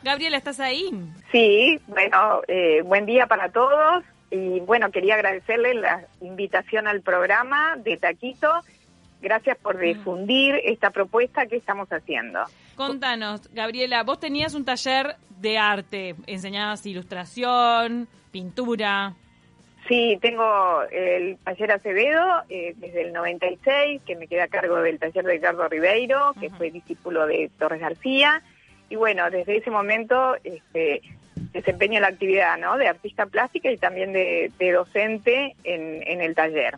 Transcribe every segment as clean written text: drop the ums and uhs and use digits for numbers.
Gabriela, ¿estás ahí? Sí, bueno, buen día para todos. Y bueno, quería agradecerle la invitación al programa de Taquito. Gracias por difundir esta propuesta que estamos haciendo. Contanos, Gabriela, vos tenías un taller de arte, enseñabas ilustración, pintura. Sí, tengo el taller Acevedo desde el 96, que me queda a cargo del taller de Ricardo Ribeiro, que fue discípulo de Torres García. Y bueno, desde ese momento desempeño la actividad, ¿no?, de artista plástica y también de docente en el taller.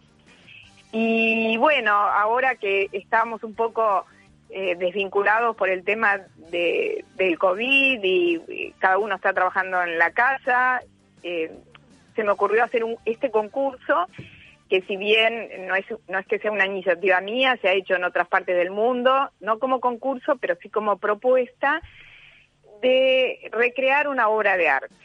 Y bueno, ahora que estamos un poco desvinculados por el tema del COVID y cada uno está trabajando en la casa, se me ocurrió hacer este concurso, que si bien no es que sea una iniciativa mía, se ha hecho en otras partes del mundo, no como concurso, pero sí como propuesta de recrear una obra de arte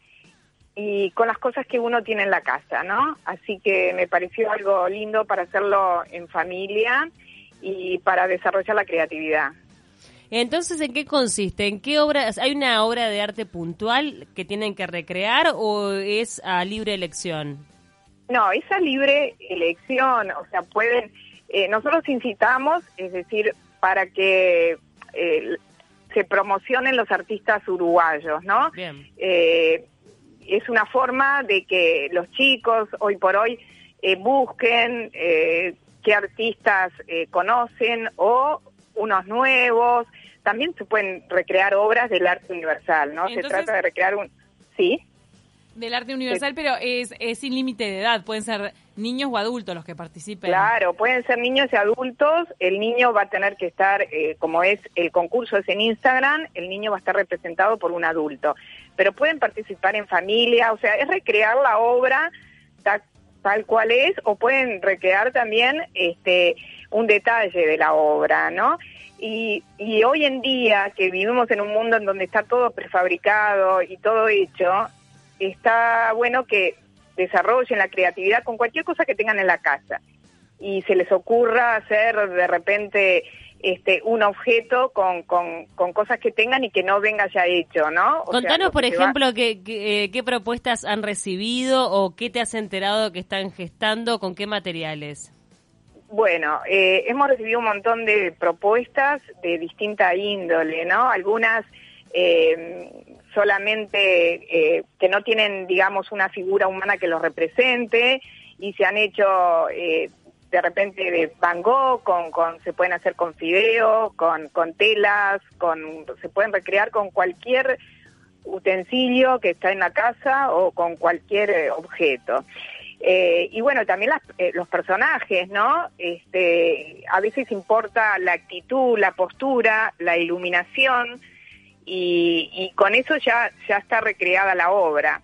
y con las cosas que uno tiene en la casa, ¿no? Así que me pareció algo lindo para hacerlo en familia y para desarrollar la creatividad. Entonces, ¿en qué consiste? ¿En qué obras? ¿Hay una obra de arte puntual que tienen que recrear o es a libre elección? No, es a libre elección, o sea, pueden, nosotros incitamos, es decir, para que se promocionen los artistas uruguayos, ¿no? Bien. Es una forma de que los chicos hoy por hoy busquen qué artistas conocen o unos nuevos. También se pueden recrear obras del arte universal, ¿no? Entonces, se trata de recrear ¿sí? Del arte universal, pero es sin límite de edad. Pueden ser niños o adultos los que participen. Claro, pueden ser niños y adultos. El niño va a tener que estar, como es el concurso es en Instagram, el niño va a estar representado por un adulto. Pero pueden participar en familia, o sea, es recrear la obra tal cual es, o pueden recrear también un detalle de la obra, ¿no? Y hoy en día, que vivimos en un mundo en donde está todo prefabricado y todo hecho, está bueno que desarrollen la creatividad con cualquier cosa que tengan en la casa y se les ocurra hacer de repente un objeto con cosas que tengan y que no venga ya hecho, ¿no? Contanos, por ejemplo, qué propuestas han recibido o qué te has enterado que están gestando, con qué materiales. Bueno, hemos recibido un montón de propuestas de distinta índole, ¿no? Algunas solamente que no tienen, digamos, una figura humana que los represente y se han hecho de repente de Van Gogh, se pueden hacer con fideos, con telas, se pueden recrear con cualquier utensilio que está en la casa o con cualquier objeto. Y bueno, también los personajes, ¿no? A veces importa la actitud, la postura, la iluminación, y con eso ya está recreada la obra.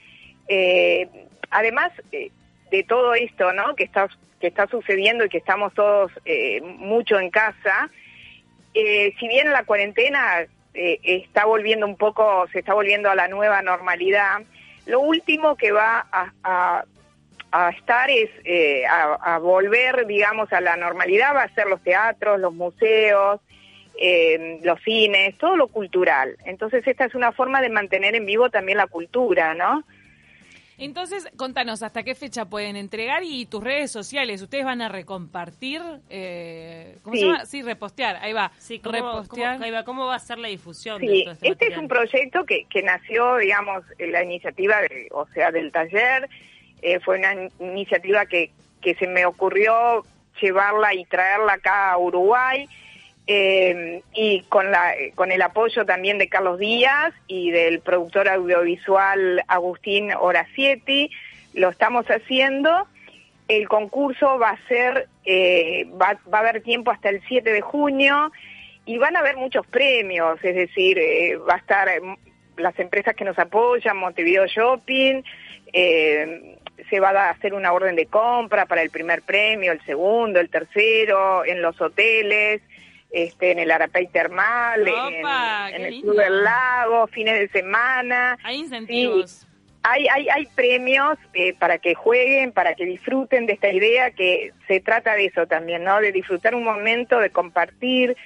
Además de todo esto, ¿no?, que está sucediendo y que estamos todos mucho en casa, si bien la cuarentena se está volviendo a la nueva normalidad, lo último que va a estar es a volver, digamos, a la normalidad, va a ser los teatros, los museos, los cines, todo lo cultural. Entonces esta es una forma de mantener en vivo también la cultura, ¿no? Entonces, contanos, ¿hasta qué fecha pueden entregar? Y tus redes sociales, ¿ustedes van a recompartir? ¿Cómo se llama? Sí, repostear, ahí va. Sí, repostear. ¿Cómo va a ser la difusión sí, de todo este material? Es un proyecto que nació, digamos, en la iniciativa del taller. Fue una iniciativa que se me ocurrió llevarla y traerla acá a Uruguay, y con el apoyo también de Carlos Díaz y del productor audiovisual Agustín Oracietti, lo estamos haciendo. El concurso va a ser, va a haber tiempo hasta el 7 de junio y van a haber muchos premios, es decir, va a estar las empresas que nos apoyan, Montevideo Shopping, se va a hacer una orden de compra para el primer premio, el segundo, el tercero, en los hoteles, en el Arapey Termal, en el Club del Lago, fines de semana. Hay incentivos. Sí, hay premios para que jueguen, para que disfruten de esta idea, que se trata de eso también, ¿no? De disfrutar un momento, de compartir,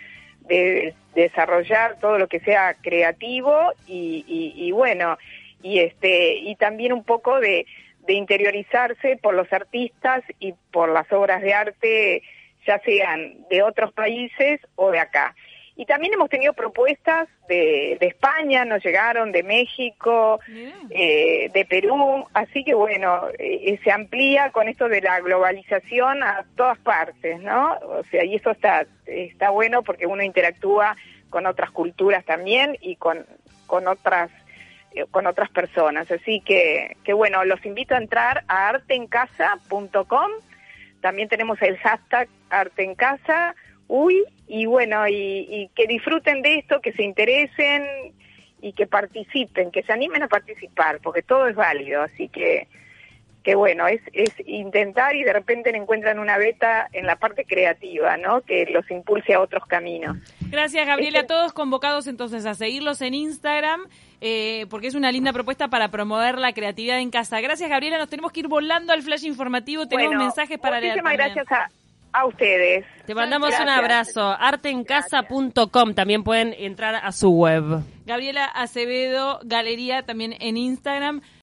desarrollar todo lo que sea creativo y bueno, y también un poco de interiorizarse por los artistas y por las obras de arte, ya sean de otros países o de acá. Y también hemos tenido propuestas de España, nos llegaron, de México, de Perú, así que bueno, se amplía con esto de la globalización a todas partes, ¿no? O sea, y eso está bueno porque uno interactúa con otras culturas también y con otras personas. Así que bueno, los invito a entrar a arteencasa.com, también tenemos el hashtag arteencasa, y bueno, y que disfruten de esto, que se interesen y que participen, que se animen a participar, porque todo es válido, así que bueno, es intentar y de repente encuentran una beta en la parte creativa, ¿no? Que los impulse a otros caminos. Gracias, Gabriela. Todos convocados entonces a seguirlos en Instagram, porque es una linda propuesta para promover la creatividad en casa. Gracias, Gabriela. Nos tenemos que ir volando al flash informativo. Tenemos mensajes para leer. Muchísimas gracias a ustedes. Te mandamos un abrazo. Arteencasa.com, también pueden entrar a su web. Gabriela Acevedo, Galería, también en Instagram.